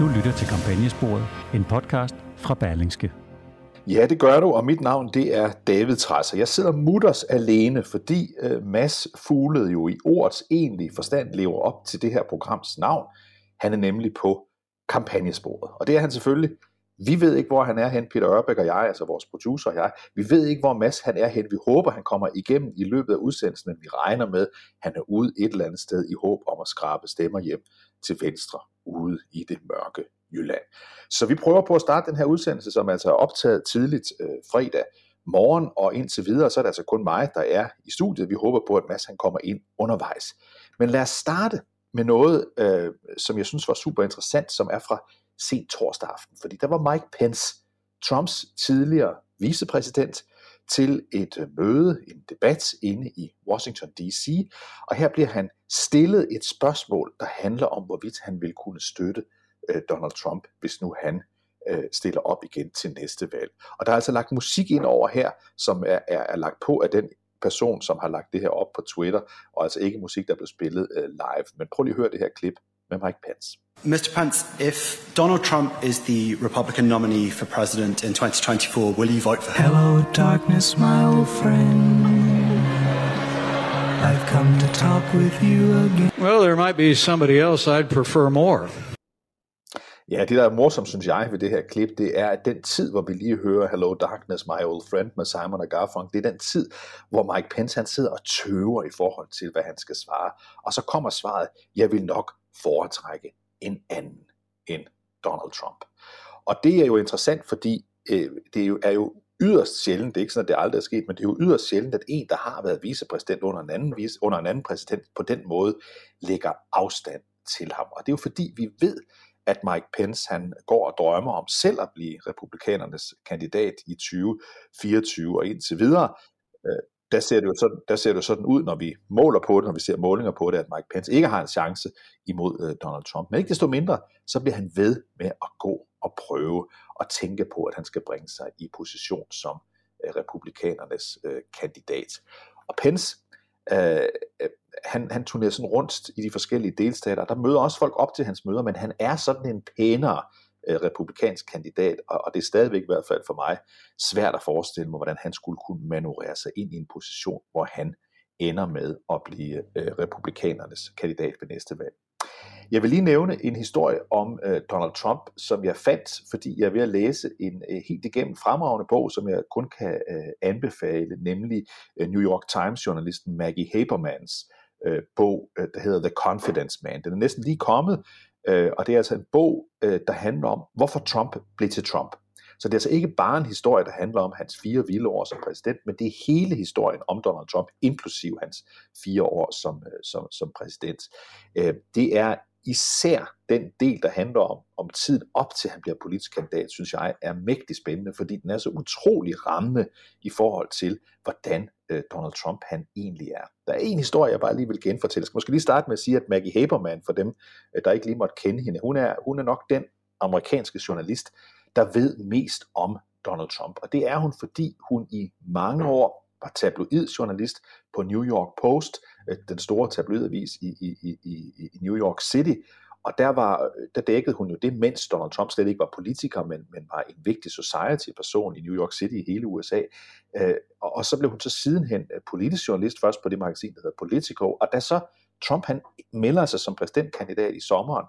Du lytter til Kampagnesporet, en podcast fra Berlingske. Ja, det gør du, og mit navn det er David Trasser. Jeg sidder mutters alene, fordi Mads Fuglede jo i ordets egentlige forstand lever op til det her programs navn. Han er nemlig på Kampagnesporet, og det er han selvfølgelig. Vi ved ikke, hvor han er hen, Peter Ørbæk og jeg, altså vores producer og jeg. Vi ved ikke, hvor Mads han er hen. Vi håber, han kommer igennem i løbet af udsendelsen, men vi regner med, han er ude et eller andet sted i håb om at skrabe stemmer hjem til venstre ude i det mørke Jylland. Så vi prøver på at starte den her udsendelse, som altså er optaget tidligt fredag morgen, og indtil videre, så er det altså kun mig, der er i studiet. Vi håber på, at Mads han kommer ind undervejs. Men lad os starte med noget, som jeg synes var super interessant, som er fra sent torsdag aften, fordi der var Mike Pence, Trumps tidligere vicepræsident, til et møde, en debat inde i Washington D.C., og her bliver han stillet et spørgsmål, der handler om, hvorvidt han vil kunne støtte Donald Trump, hvis nu han stiller op igen til næste valg. Og der er altså lagt musik ind over her, som er lagt på af den person, som har lagt det her op på Twitter, og altså ikke musik, der blev spillet live. Men prøv lige at høre det her klip med Mike Pence. Mr. Pence, if Donald Trump is the Republican nominee for president in 2024, will you vote for him? Hello, darkness, my old friend. I've come to talk with you again. Well, there might be somebody else I'd prefer more. Ja, det der er morsomt, synes jeg, ved det her klip, det er, at den tid, hvor vi lige hører Hello Darkness, My Old Friend med Simon og Garfunkel, det er den tid, hvor Mike Pence han sidder og tøver i forhold til, hvad han skal svare. Og så kommer svaret, jeg vil nok foretrække en anden end Donald Trump. Og det er jo interessant, fordi det er jo yderst sjældent, det er ikke sådan, at det aldrig er sket, men det er jo yderst sjældent, at en, der har været vicepræsident under en anden præsident, på den måde lægger afstand til ham. Og det er jo fordi, vi ved, at Mike Pence han går og drømmer om selv at blive republikanernes kandidat i 2024 og indtil videre. Der ser det jo sådan ud, når vi måler på det, når vi ser målinger på det, at Mike Pence ikke har en chance imod Donald Trump. Men ikke desto mindre, så bliver han ved med at gå og prøve at tænke på, at han skal bringe sig i position som republikanernes kandidat. Og Pence, han turnerer sådan rundt i de forskellige delstater, der møder også folk op til hans møder, men han er sådan en pænere republikansk kandidat, og det er stadigvæk i hvert fald for mig svært at forestille mig, hvordan han skulle kunne manøvrere sig ind i en position, hvor han ender med at blive republikanernes kandidat ved næste valg. Jeg vil lige nævne en historie om Donald Trump, som jeg fandt, fordi jeg er ved at læse en helt igennem fremragende bog, som jeg kun kan anbefale, nemlig New York Times-journalisten Maggie Habermans bog, der hedder The Confidence Man. Den er næsten lige kommet, og det er altså en bog, der handler om, hvorfor Trump blev til Trump. Så det er altså ikke bare en historie, der handler om hans 4 vilde år som præsident, men det er hele historien om Donald Trump, inklusiv hans 4 år som præsident. Det er især den del, der handler om tiden op til han bliver politisk kandidat, synes jeg er mægtig spændende, fordi den er så utrolig rammende i forhold til, hvordan Donald Trump han egentlig er. Der er en historie, jeg bare lige vil genfortælle. Jeg skal måske lige starte med at sige, at Maggie Haberman, for dem, der ikke lige måtte kende hende, hun er nok den amerikanske journalist, der ved mest om Donald Trump. Og det er hun, fordi hun i mange år var tabloidjournalist på New York Post, den store tabloidavis i New York City. Og der dækkede hun jo det, mens Donald Trump slet ikke var politiker, men var en vigtig society-person i New York City i hele USA. Og så blev hun så sidenhen politisk journalist, først på det magasin, der hedder Politico. Og da så Trump han melder sig som præsidentkandidat i sommeren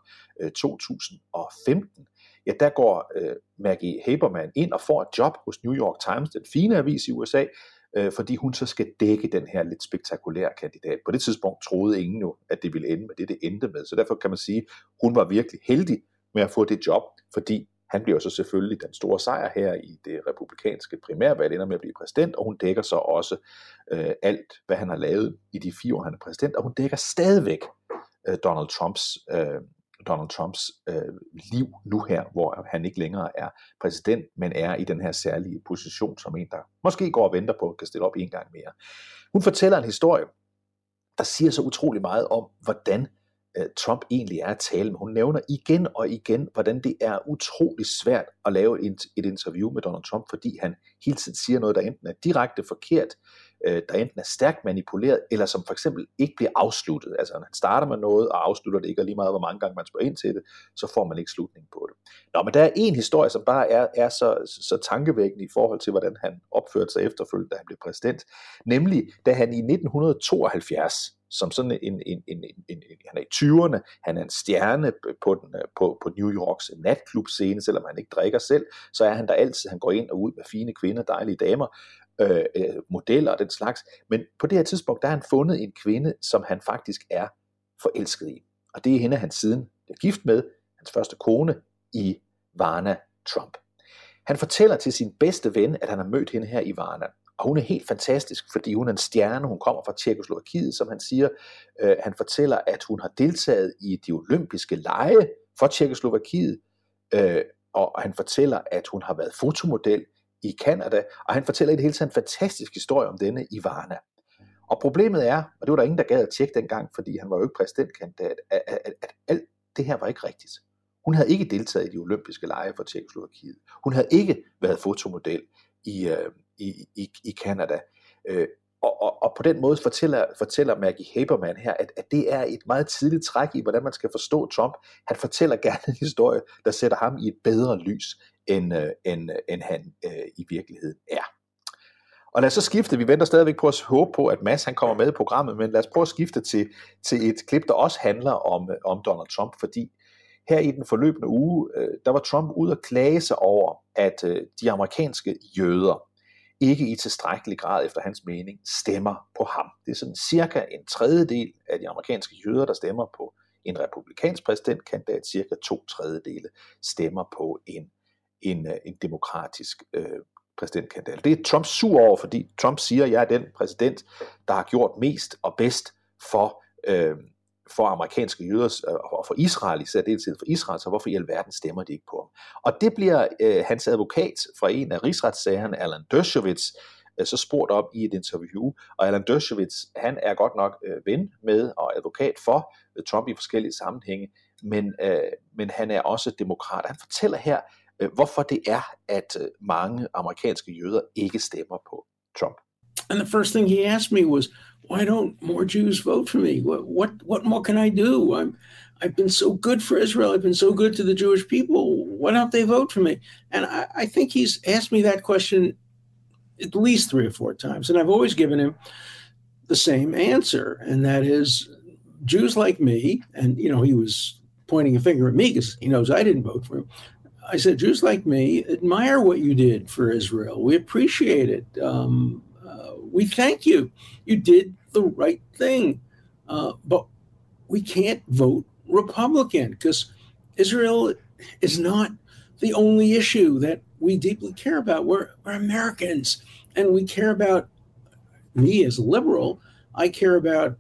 2015, ja, der går Maggie Haberman ind og får et job hos New York Times, den fine avis i USA, fordi hun så skal dække den her lidt spektakulære kandidat. På det tidspunkt troede ingen jo, at det ville ende med det endte med. Så derfor kan man sige, hun var virkelig heldig med at få det job, fordi han bliver så selvfølgelig den store sejr her i det republikanske primærvalg, ender med at blive præsident, og hun dækker så også alt, hvad han har lavet i de 4 år, han er præsident, og hun dækker stadigvæk Donald Trumps liv nu her, hvor han ikke længere er præsident, men er i den her særlige position som en, der måske går og venter på, at kan stille op en gang mere. Hun fortæller en historie, der siger så utrolig meget om, hvordan Trump egentlig er at tale med. Hun nævner igen og igen, hvordan det er utrolig svært at lave et interview med Donald Trump, fordi han hele tiden siger noget, der enten er direkte forkert, der enten er stærkt manipuleret, eller som for eksempel ikke bliver afsluttet. Altså han starter med noget og afslutter det ikke, og lige meget hvor mange gange man spørger ind til det, så får man ikke slutning på det. Nå, men der er en historie, som bare er så tankevækkende i forhold til, hvordan han opførte sig efterfølgende, da han blev præsident. Nemlig, da han i 1972, som sådan han er i 20'erne, han er en stjerne på New Yorks natklubscene, selvom han ikke drikker selv, så er han der altid, han går ind og ud med fine kvinder, dejlige damer, modeller og den slags, men på det her tidspunkt, der har han fundet en kvinde, som han faktisk er forelsket i, og det er hende, han siden er gift med, hans første kone, Ivana Trump. Han fortæller til sin bedste ven, at han har mødt hende her, Ivana, og hun er helt fantastisk, fordi hun er en stjerne, hun kommer fra Tjekkoslovakiet, som han siger. Han fortæller, at hun har deltaget i de olympiske lege for Tjekkoslovakiet, og han fortæller, at hun har været fotomodel i Canada, og han fortæller i det hele taget en fantastisk historie om denne Ivana. Og problemet er, og det var der ingen, der gad at tjekke dengang, fordi han var jo ikke præsidentkandidat, at alt det her var ikke rigtigt. Hun havde ikke deltaget i de olympiske lege for Tjekkoslovakiet. Hun havde ikke været fotomodel i Canada. Og på den måde fortæller Maggie Haberman her, at det er et meget tidligt træk i, hvordan man skal forstå Trump. Han fortæller gerne en historie, der sætter ham i et bedre lys, end han i virkeligheden er. Og lad os så skifte, vi venter stadigvæk på at håbe på, at Mads han kommer med i programmet, men lad os prøve at skifte til et klip, der også handler om Donald Trump, fordi her i den forløbende uge, der var Trump ude at klage sig over, at de amerikanske jøder ikke i tilstrækkelig grad, efter hans mening, stemmer på ham. Det er sådan cirka en tredjedel af de amerikanske jøder, der stemmer på en republikansk præsidentkandidat, cirka 2/3 stemmer på en demokratisk præsidentkandidat. Det er Trump sur over, fordi Trump siger, at jeg er den præsident, der har gjort mest og bedst for amerikanske jøder og for Israel, i særdeleshed for Israel, så hvorfor i alverden stemmer de ikke på ham? Og det bliver hans advokat fra en af rigsretssagerne, Alan Dershowitz, så spurgt op i et interview, og Alan Dershowitz, han er godt nok ven med og advokat for Trump i forskellige sammenhænge, men han er også demokrat. Han fortæller her, hvorfor det er, at mange amerikanske jøder ikke stemmer på Trump. And the first thing he asked me was, why don't more Jews vote for me? What more can I do? I've been so good for Israel. I've been so good to the Jewish people. Why don't they vote for me? And I think he's asked me that question at least 3 or 4 times. And I've always given him the same answer. And that is, Jews like me, and he was pointing a finger at me because he knows I didn't vote for him. I said, Jews like me admire what you did for Israel. We appreciate it. We thank you. You did the right thing. But we can't vote Republican because Israel is not the only issue that we deeply care about. We're Americans, and we care about, me as a liberal, I care about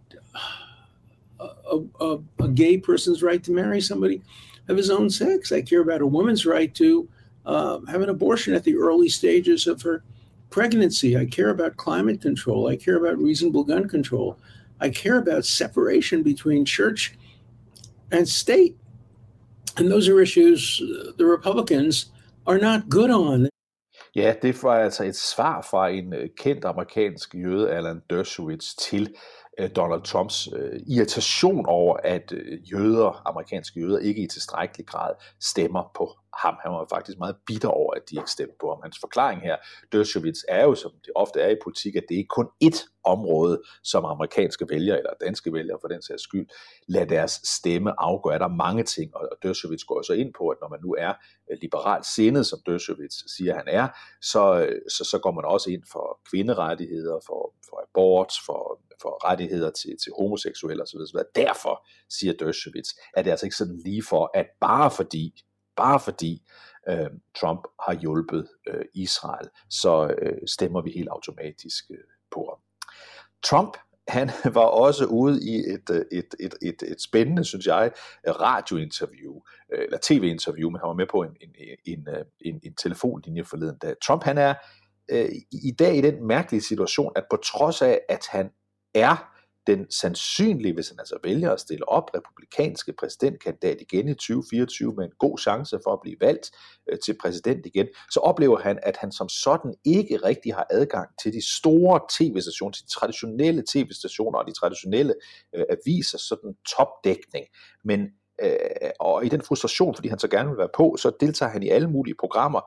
a gay person's right to marry somebody of his own sex. I care about a woman's right to have an abortion at the early stages of her pregnancy. I care about climate control. I care about reasonable gun control. I care about separation between church and state. And those are issues the Republicans are not good on. Ja, det var altså et svar fra en kendt amerikansk jøde, Alan Dershowitz, til Donald Trumps irritation over, at amerikanske jøder ikke i tilstrækkelig grad stemmer på ham. Han var faktisk meget bitter over, at de ikke stemte på ham. Hans forklaring her, Dershowitz, er jo, som det ofte er i politik, at det ikke kun ét område, som amerikanske vælgere, eller danske vælgere for den sags skyld, lader deres stemme afgøre. Der er mange ting, og Dershowitz går så ind på, at når man nu er liberalt sindet, som Dershowitz siger, han er, så går man også ind for kvinderettigheder, for abort, for rettigheder til homoseksuelle osv. Derfor, siger Dershowitz, er det altså ikke sådan lige for, at bare fordi Trump har hjulpet Israel, så stemmer vi helt automatisk på ham. Trump, han var også ude i et spændende, synes jeg, radiointerview, eller tv-interview, men han var med på en telefonlinje forleden dag. Trump, han er i dag i den mærkelige situation, at på trods af, at han er den sandsynlige, hvis han altså vælger at stille op, republikanske præsidentkandidat igen i 2024 med en god chance for at blive valgt til præsident igen, så oplever han, at han som sådan ikke rigtig har adgang til de store tv-stationer, til de traditionelle tv-stationer og de traditionelle aviser, sådan topdækning. Men og i den frustration, fordi han så gerne vil være på, så deltager han i alle mulige programmer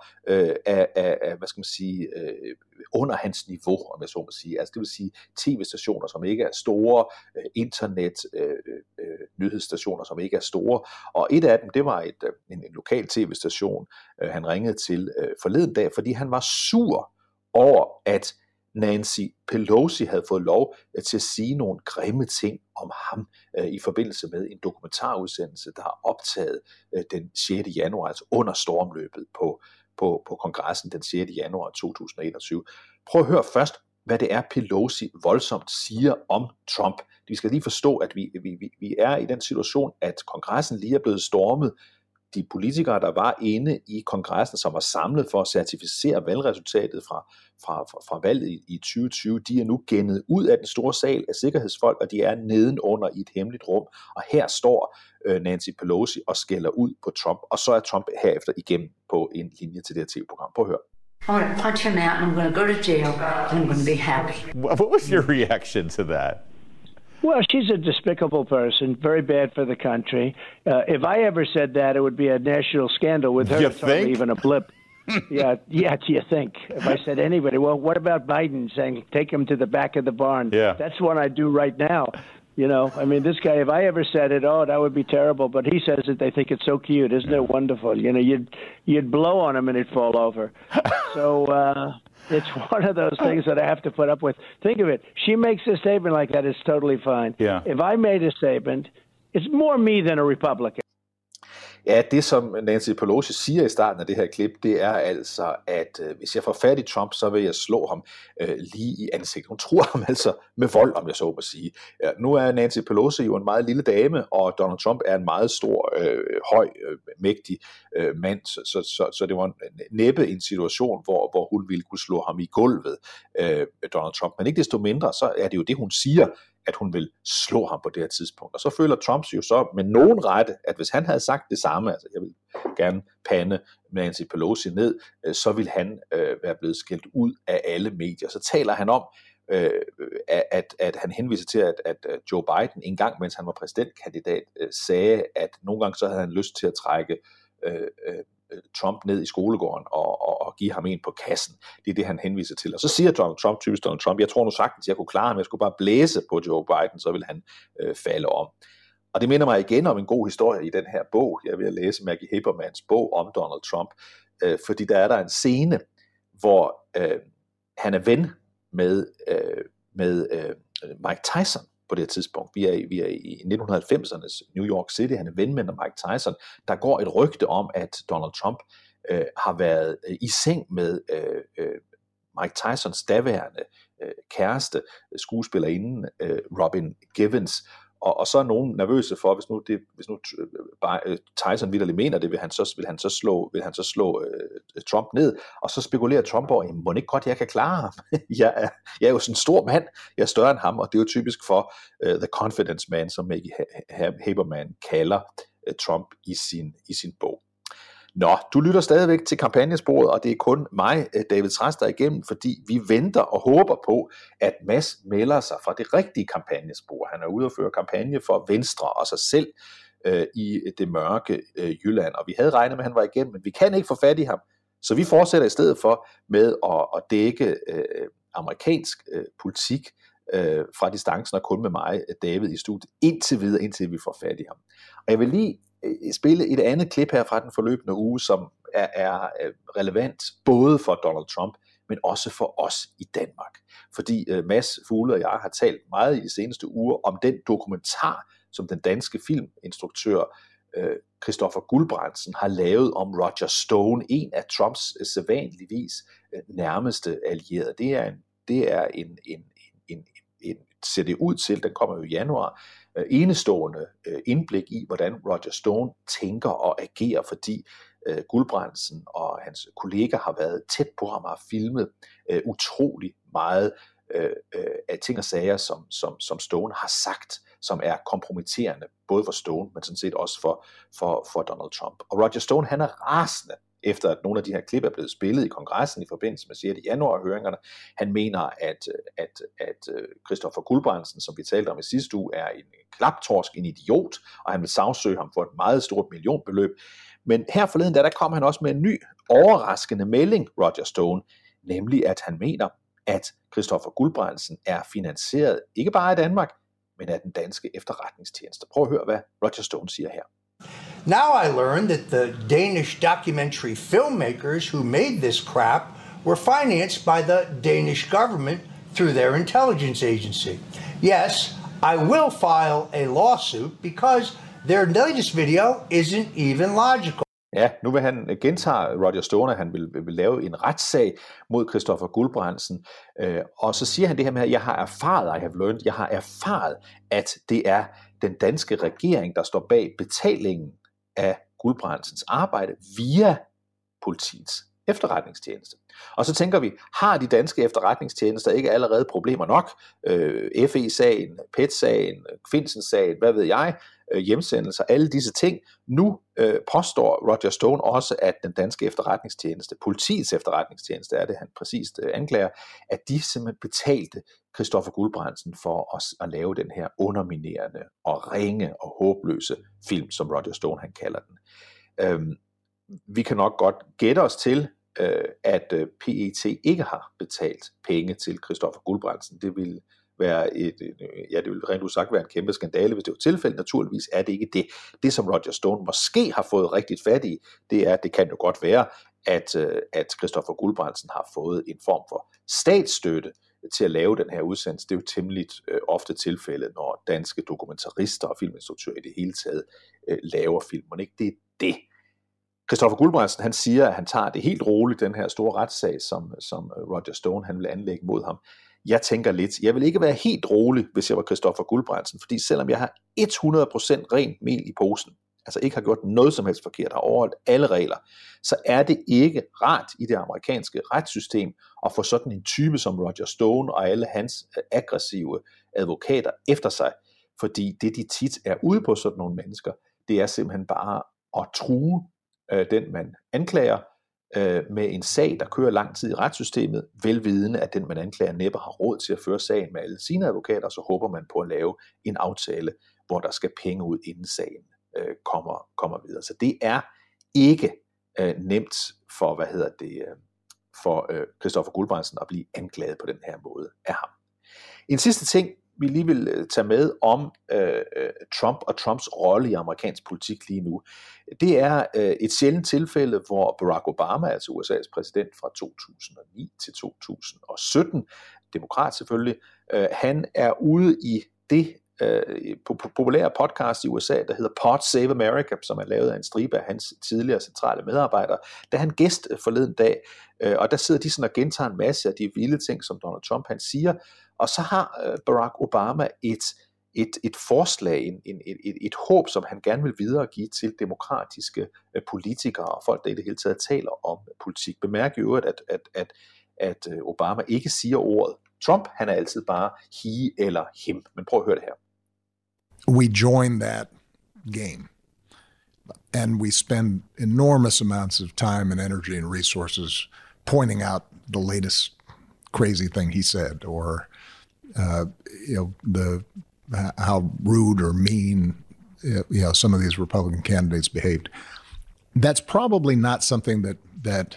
af hvad skal man sige, under hans niveau, om jeg så må sige. Altså det vil sige tv-stationer, som ikke er store, internet, nyhedsstationer, som ikke er store. Og et af dem, det var en lokal tv-station, han ringede til forleden dag, fordi han var sur over, at Nancy Pelosi havde fået lov til at sige nogle grimme ting om ham i forbindelse med en dokumentarudsendelse, der har optaget den 6. januar, altså under stormløbet på kongressen den 6. januar 2021. Prøv at høre først, hvad det er, Pelosi voldsomt siger om Trump. Vi skal lige forstå, at vi er i den situation, at kongressen lige er blevet stormet. De politikere, der var inde i kongressen, som var samlet for at certificere valgresultatet fra valget i 2020, de er nu gennet ud af den store sal af sikkerhedsfolk, og de er nedenunder i et hemmeligt rum. Og her står Nancy Pelosi og skælder ud på Trump, og så er Trump herefter igennem på en linje til det her tv-program. Prøv at høre. I'm going to punch him out and I'm going to go to jail and I'm going to be happy. What was your reaction to that? Well, she's a despicable person, very bad for the country. If I ever said that, it would be a national scandal. With her, it's only even a blip. Yeah, do you think? If I said anybody, well, what about Biden saying, take him to the back of the barn? Yeah. That's what I do right now. You know, I mean, this guy, if I ever said it, that would be terrible. But he says it, they think it's so cute. Isn't it wonderful? You know, you'd blow on him and it'd fall over. So it's one of those things that I have to put up with. Think of it. She makes a statement like that, it's totally fine. Yeah. If I made a statement, it's more me than a Republican. Ja, det som Nancy Pelosi siger i starten af det her klip, det er altså, at hvis jeg får fat i Trump, så vil jeg slå ham lige i ansigtet. Hun truer ham altså med vold, om jeg så må sige. Ja, nu er Nancy Pelosi jo en meget lille dame, og Donald Trump er en meget stor, høj, mægtig mand, så det var næppe en situation, hvor hun ville kunne slå ham i gulvet, Donald Trump. Men ikke desto mindre, så er det jo det, hun siger, at hun vil slå ham på det her tidspunkt. Og så føler Trump jo så med nogen rette, at hvis han havde sagt det samme, altså jeg vil gerne pande Nancy Pelosi ned, så vil han være blevet skældt ud af alle medier. Så taler han om, at han henviser til, at Joe Biden en gang, mens han var præsidentkandidat, sagde, at nogle gange så havde han lyst til at trække Trump ned i skolegården og give ham en på kassen. Det er det, han henviser til. Og så siger typisk Donald Trump, jeg tror nu sagtens, jeg kunne klare ham, jeg skulle bare blæse på Joe Biden, så vil han falde om. Og det minder mig igen om en god historie i den her bog. Jeg er ved at læse Maggie Habermans bog om Donald Trump, fordi der er der en scene, hvor han er ven med Mike Tyson på det tidspunkt. Vi er i 1990'ernes New York City. Han er ven med Mike Tyson. Der går et rygte om, at Donald Trump har været i seng med Mike Tysons daværende kæreste, skuespillerinden Robin Givens. Og så er nogen nervøse for, hvis nu Tyson vitterligt mener det, vil han så slå Trump ned, og så spekulerer Trump over, må ikke godt, jeg kan klare ham. jeg er jo sådan en stor mand, jeg er større end ham, og det er jo typisk for the confidence man, som Maggie Haberman kalder Trump i sin bog. Nå, du lytter stadigvæk til kampagnesporet, og det er kun mig, David Trads, der er igennem, fordi vi venter og håber på, at Mads melder sig fra det rigtige kampagnespor. Han er ude at føre kampagne for Venstre og sig selv i det mørke Jylland, og vi havde regnet med, at han var igennem, men vi kan ikke få fat i ham, så vi fortsætter i stedet for med at dække amerikansk politik fra distancen og kun med mig, David, i studiet, indtil vi får fat i ham. Og jeg vil lige spille et andet klip her fra den forløbende uge, som er relevant både for Donald Trump, men også for os i Danmark. Fordi Mads Fugle og jeg har talt meget i de seneste uger om den dokumentar, som den danske filminstruktør Christopher Guldbrandsen har lavet om Roger Stone, en af Trumps sædvanligvis nærmeste allierede. Det er en ser det ud til, den kommer jo i januar, enestående indblik i, hvordan Roger Stone tænker og agerer, fordi Guldbrandsen og hans kolleger har været tæt på ham og har filmet utrolig meget af ting og sager, som Stone har sagt, som er kompromitterende, både for Stone, men sådan set også for Donald Trump. Og Roger Stone, han er rasende, efter at nogle af de her klip er blevet spillet i kongressen i forbindelse med 6. januar-høringerne. Han mener, at Christopher Gulbrandsen, som vi talte om i sidste uge, er en klaptorsk, en idiot, og han vil sagsøge ham for et meget stort millionbeløb. Men her forleden, der kom han også med en ny, overraskende melding, Roger Stone, nemlig at han mener, at Christopher Gulbrandsen er finansieret ikke bare af Danmark, men af den danske efterretningstjeneste. Prøv at høre, hvad Roger Stone siger her. Now I learned that the Danish documentary filmmakers who made this crap were financed by the Danish government through their intelligence agency. Yes, I will file a lawsuit because their latest video isn't even logical. Ja, nu vil han gentage Roger Stone, at han vil lave en retssag mod Christopher Gulbrandsen, og så siger han det her med, at jeg har erfaret, at det er den danske regering, der står bag betalingen af Gulbrandsens arbejde via politiets efterretningstjeneste. Og så tænker vi, har de danske efterretningstjenester ikke allerede problemer nok? FE-sagen, PET-sagen, Finsen-sagen, hvad ved jeg, hjemsendelser, alle disse ting. Nu påstår Roger Stone også, at den danske efterretningstjeneste, politiets efterretningstjeneste er det, han præcist anklager, at de simpelthen betalte Christopher Gulbrandsen for at lave den her underminerende og ringe og håbløse film, som Roger Stone han kalder den. Vi kan nok godt gætte os til, at PET ikke har betalt penge til Christopher Gulbrandsen. Det vil være det vil rent udsagt være en kæmpe skandale, hvis det var tilfældet. Naturligvis er det ikke det. Det, som Roger Stone måske har fået rigtig fat i, det kan jo godt være, at Christopher Gulbrandsen har fået en form for statsstøtte til at lave den her udsendelse. Det er jo temmelig ofte tilfældet, når danske dokumentarister og filminstruktører i det hele taget laver film. Men ikke det er det. Christopher Gulbrandsen, han siger, at han tager det helt roligt, den her store retssag, som Roger Stone han vil anlægge mod ham. Jeg tænker lidt, jeg vil ikke være helt rolig, hvis jeg var Christopher Gulbrandsen, fordi selvom jeg har 100% rent mel i posen, altså ikke har gjort noget som helst forkert, har overholdt alle regler, så er det ikke rart i det amerikanske retssystem at få sådan en type som Roger Stone og alle hans aggressive advokater efter sig, fordi det de tit er ude på sådan nogle mennesker, det er simpelthen bare at true den man anklager med en sag, der kører lang tid i retssystemet, velvidende at den man anklager næppe har råd til at føre sagen med alle sine advokater, så håber man på at lave en aftale, hvor der skal penge ud, inden sagen kommer videre. Så det er ikke nemt for, for Christopher Gulbrandsen at blive anklaget på den her måde af ham. En sidste ting, vi lige vil tage med om Trump og Trumps rolle i amerikansk politik lige nu, det er et sjældent tilfælde, hvor Barack Obama, altså USA's præsident fra 2009 til 2017, demokrat selvfølgelig, han er ude i det populære podcast i USA, der hedder Pod Save America, som er lavet af en stribe af hans tidligere centrale medarbejdere. Der er han gæst forleden dag, og der sidder de sådan og gentager en masse af de vilde ting, som Donald Trump han siger, og så har Barack Obama et forslag, et håb, som han gerne vil videregive til demokratiske politikere og folk, der i det hele taget taler om politik. Bemærk i øvrigt, at Obama ikke siger ordet Trump, han er altid bare he eller him. Men prøv at høre det her. We join that game, and we spend enormous amounts of time and energy and resources pointing out the latest crazy thing he said, or how rude or mean some of these Republican candidates behaved. That's probably not something that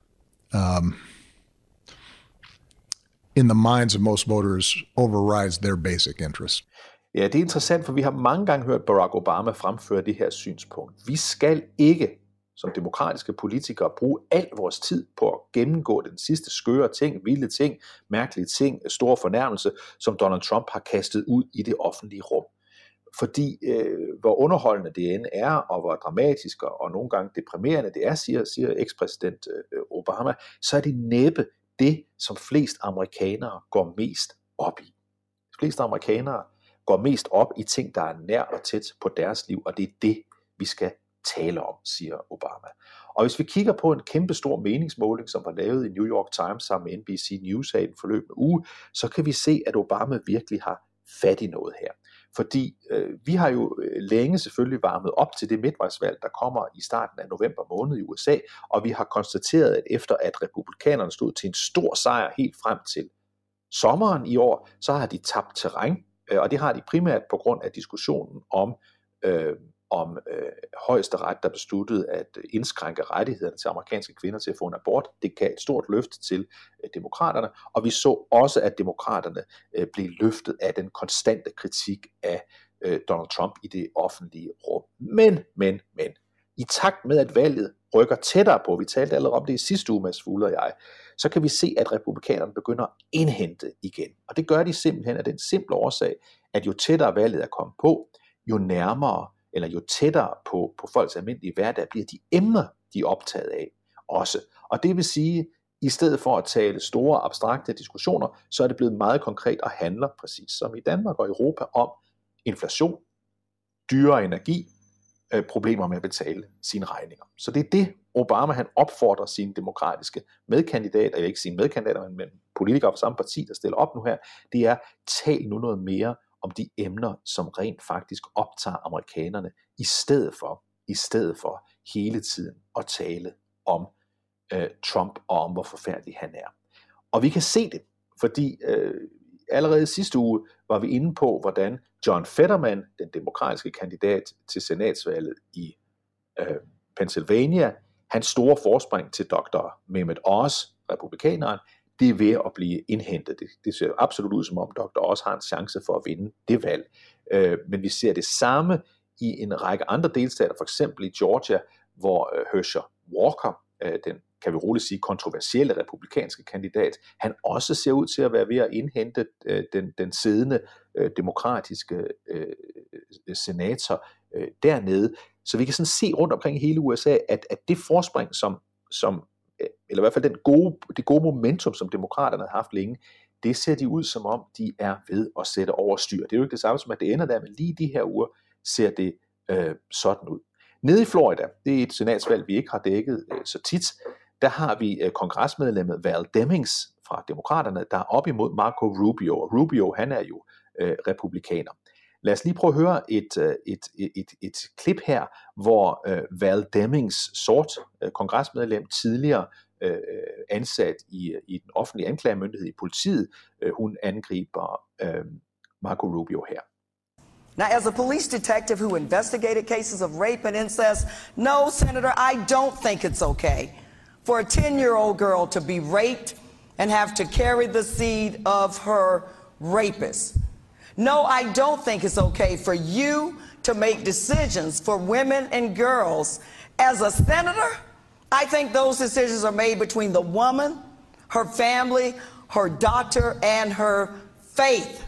in the minds of most voters overrides their basic interest. Ja, det er interessant, for vi har mange gange hørt Barack Obama fremføre det her synspunkt. Vi skal ikke som demokratiske politikere bruge al vores tid på at gennemgå den sidste skøre ting, vilde ting, mærkelige ting, store fornærmelse, som Donald Trump har kastet ud i det offentlige rum. Fordi hvor underholdende det end er, og hvor dramatisk og nogle gange deprimerende det er, siger ekspræsident Obama, så er det næppe det, som flest amerikanere går mest op i. De fleste amerikanere går mest op i ting, der er nær og tæt på deres liv, og det er det, vi skal tale om, siger Obama. Og hvis vi kigger på en kæmpe stor meningsmåling, som var lavet i New York Times sammen med NBC News her i den forløbende uge, så kan vi se, at Obama virkelig har fat i noget her. Fordi vi har jo længe selvfølgelig varmet op til det midtvejsvalg, der kommer i starten af november måned i USA, og vi har konstateret, at efter at republikanerne stod til en stor sejr helt frem til sommeren i år, så har de tabt terræn, og det har de primært på grund af diskussionen om højesteret, der besluttede at indskrænke rettighederne til amerikanske kvinder til at få en abort. Det gav et stort løft til demokraterne, og vi så også, at demokraterne blev løftet af den konstante kritik af Donald Trump i det offentlige rum. Men, i takt med, at valget rykker tættere på, vi talte allerede om det i sidste uge, Mads Fugle og jeg, så kan vi se, at republikanerne begynder at indhente igen. Og det gør de simpelthen af den simple årsag, at jo tættere valget er kommet på, jo nærmere eller jo tættere på folks almindelige hverdag bliver de emner, de er optaget af også. Og det vil sige, i stedet for at tale store abstrakte diskussioner, så er det blevet meget konkret og handler præcis som i Danmark og Europa om inflation, dyre energi, problemer med at betale sine regninger. Så det er det, Obama han opfordrer sine demokratiske medkandidater, jeg vil ikke sige medkandidater, men politikere fra samme parti, der stiller op nu her, det er, tal nu noget mere om de emner, som rent faktisk optager amerikanerne, i stedet for hele tiden at tale om Trump og om, hvor forfærdelig han er. Og vi kan se det, fordi allerede sidste uge var vi inde på, hvordan John Fetterman, den demokratiske kandidat til senatsvalget i Pennsylvania, hans store forspring til Dr. Mehmet Oz, republikaneren, det er ved at blive indhentet. Det ser absolut ud som om Dr. Oz har en chance for at vinde det valg. Men vi ser det samme i en række andre delstater, for eksempel i Georgia, hvor Herschel Walker, den kan vi roligt sige kontroversielle republikanske kandidat, han også ser ud til at være ved at indhente den siddende demokratiske senator dernede. Så vi kan sådan se rundt omkring i hele USA, at det forspring, som eller i hvert fald det gode momentum, som demokraterne har haft længe, det ser de ud som om, de er ved at sætte over styr. Det er jo ikke det samme som, at det ender der, men lige de her uger ser det sådan ud. Nede i Florida, det er et senatsvalg, vi ikke har dækket så tit, der har vi kongresmedlemmet Val Demings fra demokraterne, der er op imod Marco Rubio, og Rubio, han er jo republikaner. Lad os lige prøve at høre et klip her, hvor Val Demings, sort kongresmedlem, tidligere ansat i den offentlige anklagemyndighed i politiet, hun angriber Marco Rubio her. Now, as a police detective who investigated cases of rape and incest, no, Senator, I don't think it's okay for a 10-year-old girl to be raped and have to carry the seed of her rapist. No, I don't think it's okay for you to make decisions for women and girls. As a senator, I think those decisions are made between the woman, her family, her doctor, and her faith.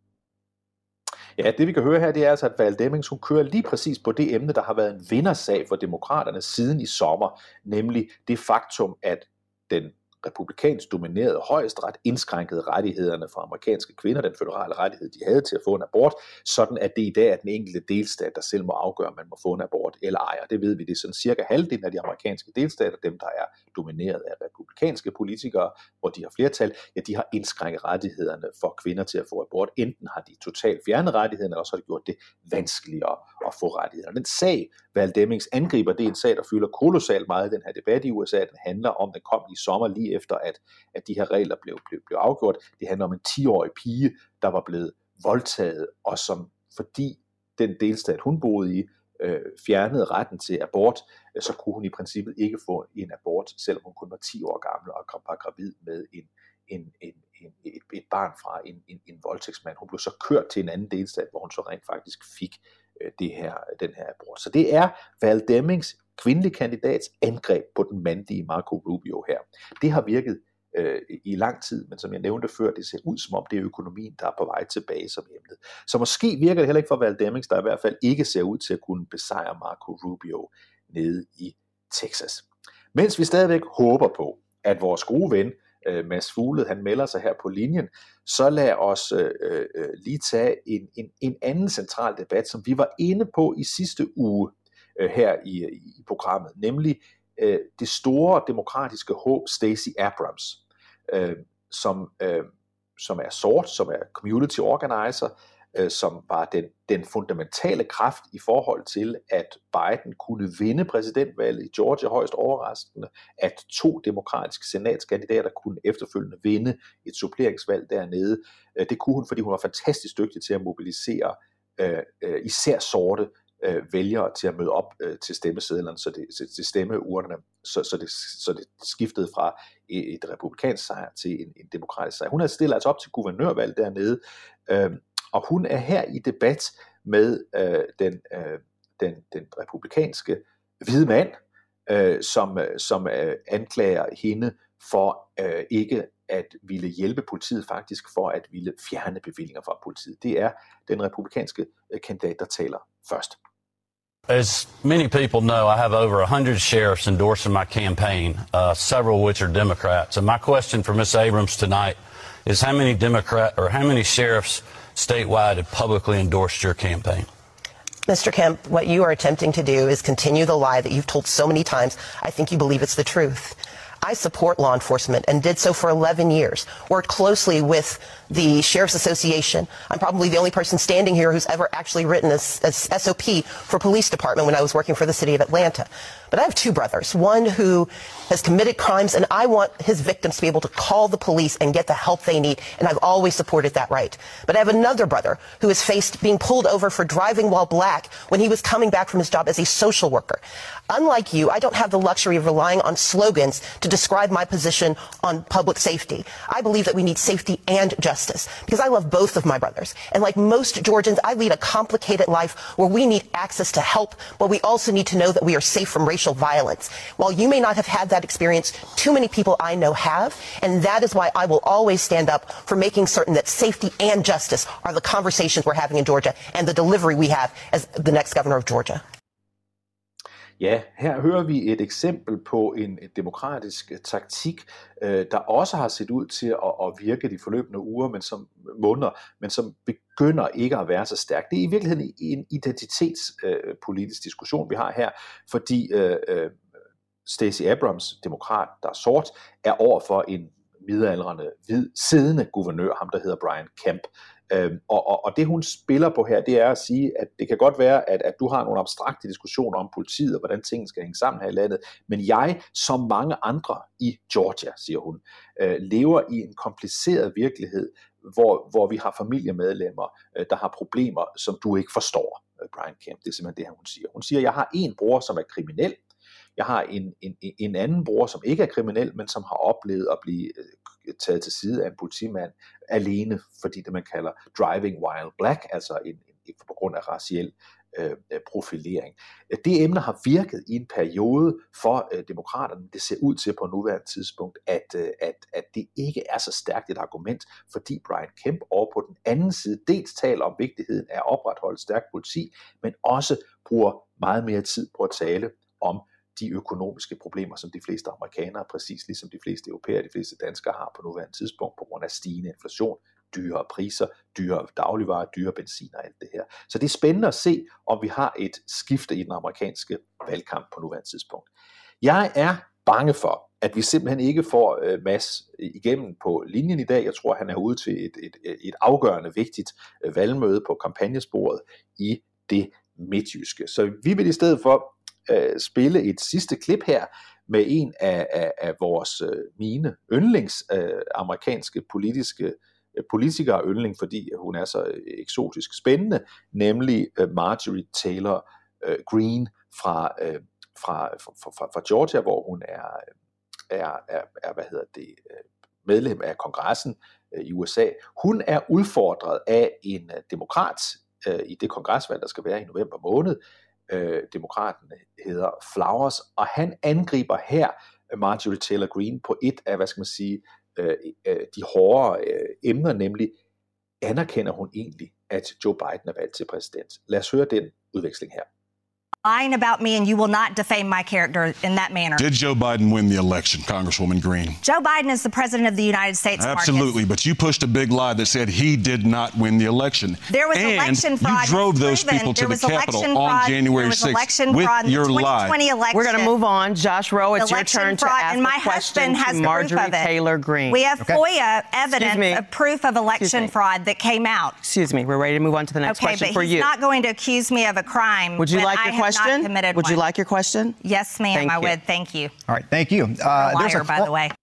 Ja, det vi kan høre her, det er altså, at Val Demings, hun kører lige præcis på det emne, der har været en vindersag for demokraterne siden i sommer, nemlig det faktum, at den republikansk dominerede højesteret indskrænkede rettighederne for amerikanske kvinder, den føderale rettighed, de havde til at få en abort, sådan at det i dag er den enkelte delstat, der selv må afgøre, om man må få en abort eller ej. Og det ved vi, det er sådan cirka halvdelen af de amerikanske delstater, dem der er domineret af republikanske politikere, hvor de har flertal, ja, de har indskrænket rettighederne for kvinder til at få abort. Enten har de totalt fjernet rettighederne, eller så har de gjort det vanskeligere at få rettighederne. Den sag, Val Demings angriber, det er en sag, der fylder kolossalt meget i den her debat i USA. Den handler om, den kom i sommer lige efter, at de her regler blev afgjort. Det handler om en 10-årig pige, der var blevet voldtaget, og som fordi den delstat, hun boede i, fjernede retten til abort, så kunne hun i princippet ikke få en abort, selvom hun kun var 10 år gammel og var gravid med et barn fra en voldtægtsmand. Hun blev så kørt til en anden delstat, hvor hun så rent faktisk fik den her abort. Så det er Val Demings, kvindelig kandidats, angreb på den mandlige Marco Rubio her. Det har virket i lang tid, men som jeg nævnte før, det ser ud som om det er økonomien, der er på vej tilbage som emnet. Så måske virker det heller ikke for Val Demings, der i hvert fald ikke ser ud til at kunne besejre Marco Rubio nede i Texas. Mens vi stadigvæk håber på, at vores gode ven, Mads Fugle, han melder sig her på linjen, så lad os lige tage en anden central debat, som vi var inde på i sidste uge, her i programmet, nemlig det store demokratiske håb Stacey Abrams, som er sort, som er community organizer, som var den fundamentale kraft i forhold til, at Biden kunne vinde præsidentvalget i Georgia højst overraskende, at 2 demokratiske senatskandidater kunne efterfølgende vinde et suppleringsvalg dernede. Det kunne hun, fordi hun var fantastisk dygtig til at mobilisere især sorte vælgere til at møde op til stemmesedlerne, til stemmeurnerne, så det skiftede fra et republikansk sejr til en demokratisk sejr. Hun er stillet altså op til guvernørvalg dernede, og hun er her i debat med den republikanske hvide mand, som anklager hende for ikke at ville hjælpe politiet, faktisk for at ville fjerne bevillinger fra politiet. Det er den republikanske kandidat, der taler først. As many people know, I have over 100 sheriffs endorsing my campaign, several which are Democrats. And my question for Ms. Abrams tonight is how many sheriffs statewide have publicly endorsed your campaign? Mr. Kemp, what you are attempting to do is continue the lie that you've told so many times. I think you believe it's the truth. I support law enforcement and did so for 11 years, worked closely with the Sheriff's Association. I'm probably the only person standing here who's ever actually written a SOP for police department when I was working for the city of Atlanta. But I have 2 brothers, one who has committed crimes, and I want his victims to be able to call the police and get the help they need, and I've always supported that right. But I have another brother who has faced being pulled over for driving while black when he was coming back from his job as a social worker. Unlike you, I don't have the luxury of relying on slogans to describe my position on public safety. I believe that we need safety and justice because I love both of my brothers. And like most Georgians, I lead a complicated life where we need access to help, but we also need to know that we are safe from racial violence. While you may not have had that experience, too many people I know have, and that is why I will always stand up for making certain that safety and justice are the conversations we're having in Georgia and the delivery we have as the next governor of Georgia. Ja, her hører vi et eksempel på en demokratisk taktik, der også har set ud til at virke de forløbende uger, måneder, men som begynder ikke at være så stærk. Det er i virkeligheden en identitetspolitisk diskussion, vi har her, fordi Stacey Abrams, demokrat, der er sort, er overfor en midaldrende, hvid, siddende guvernør, ham der hedder Brian Kemp. Og det hun spiller på her, det er at sige, at det kan godt være, at du har nogle abstrakte diskussioner om politiet og hvordan tingene skal hænge sammen her i landet, men jeg, som mange andre i Georgia, siger hun, lever i en kompliceret virkelighed, hvor vi har familiemedlemmer, der har problemer, som du ikke forstår, Brian Kemp. Det er simpelthen det, hun siger. Hun siger, jeg har en bror, som er kriminel. Jeg har en anden bror, som ikke er kriminel, men som har oplevet at blive taget til side af en politimand alene, fordi det man kalder driving while black, altså på grund af raciel profilering. Det emne har virket i en periode for demokraterne. Det ser ud til på nuværende tidspunkt, at det ikke er så stærkt et argument, fordi Brian Kemp over på den anden side dels taler om vigtigheden af at opretholde stærkt politi, men også bruger meget mere tid på at tale om de økonomiske problemer, som de fleste amerikanere, præcis ligesom de fleste europæere, de fleste danskere har på nuværende tidspunkt, på grund af stigende inflation, dyrere priser, dyrere dagligvarer, dyrere benzin og alt det her. Så det er spændende at se, om vi har et skifte i den amerikanske valgkamp på nuværende tidspunkt. Jeg er bange for, at vi simpelthen ikke får Mads igennem på linjen i dag. Jeg tror, han er ude til et afgørende vigtigt valgmøde på kampagnesporet i det midtjyske. Så vi vil i stedet for spille et sidste klip her med en af mine yndlings amerikanske politikere yndling, fordi hun er så eksotisk spændende, nemlig Marjorie Taylor Greene fra Georgia, hvor hun er medlem af kongressen i USA. Hun er udfordret af en demokrat i det kongresvalg, der skal være i november måned. Demokraten hedder Flowers, og han angriber her Marjorie Taylor Greene på et af, de hårde emner, nemlig anerkender hun egentlig, at Joe Biden er valgt til præsident. Lad os høre den udveksling her. lying about me, and you will not defame my character in that manner. Did Joe Biden win the election, Congresswoman Green? Joe Biden is the president of the United States. Absolutely, Marcus. but you pushed a big lie that said he did not win the election. There was election fraud. You drove those people to the Capitol on January 6th with your lie. Election. We're going to move on. Josh Rowe, it's your turn to ask and my a question husband has to Marjorie proof of it. Taylor Greene. We have FOIA evidence of proof of election fraud that came out. Excuse me. We're ready to move on to the next question for you. He's not going to accuse me of a crime. Would you like your question? Would you like your question? Yes, ma'am, I would. Thank you. All right, thank you. Liar, by the way.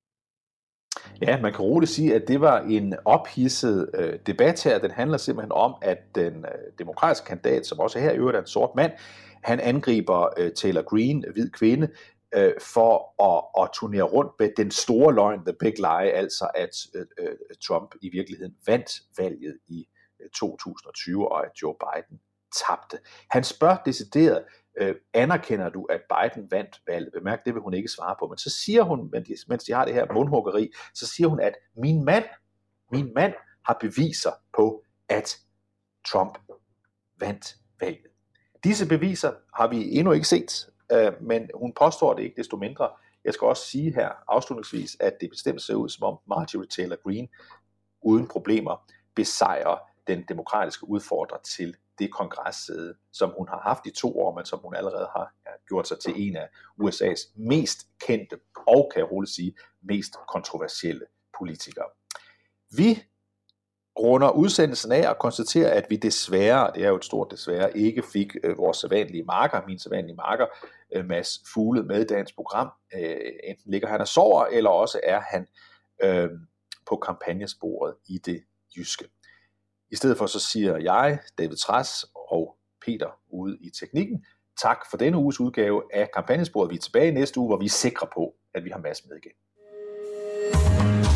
Ja, man kan roligt sige, at det var en ophidset debat her. Den handler simpelthen om, at den demokratiske kandidat, som også her i øvrigt er en sort mand, han angriber Taylor Greene, hvid kvinde, for at turnere rundt med den store løgn, the big lie, altså at Trump i virkeligheden vandt valget i 2020, og at Joe Biden tabte. Han spørger decideret, anerkender du, at Biden vandt valget? Bemærk, det vil hun ikke svare på, men så siger hun, mens de har det her mundhuggeri, så siger hun, at min mand har beviser på, at Trump vandt valget. Disse beviser har vi endnu ikke set, men hun påstår det ikke desto mindre. Jeg skal også sige her afslutningsvis, at det bestemt ser ud, som om Marjorie Taylor Greene uden problemer besejrer den demokratiske udfordrer til det kongressæde, som hun har haft i 2 år, men som hun allerede har gjort sig til en af USA's mest kendte og, kan jeg roligt sige, mest kontroversielle politikere. Vi runder udsendelsen af og konstaterer, at vi desværre, det er jo et stort desværre, ikke fik vores sædvanlige marker, min sædvanlige marker, Mads Fugle, med i dagens program. Enten ligger han og sover, eller også er han på kampagnesporet i det jyske. I stedet for så siger jeg, David Trads og Peter ude i teknikken, tak for denne uges udgave af kampagnesporet. Vi er tilbage næste uge, hvor vi er sikre på, at vi har Mads med igen.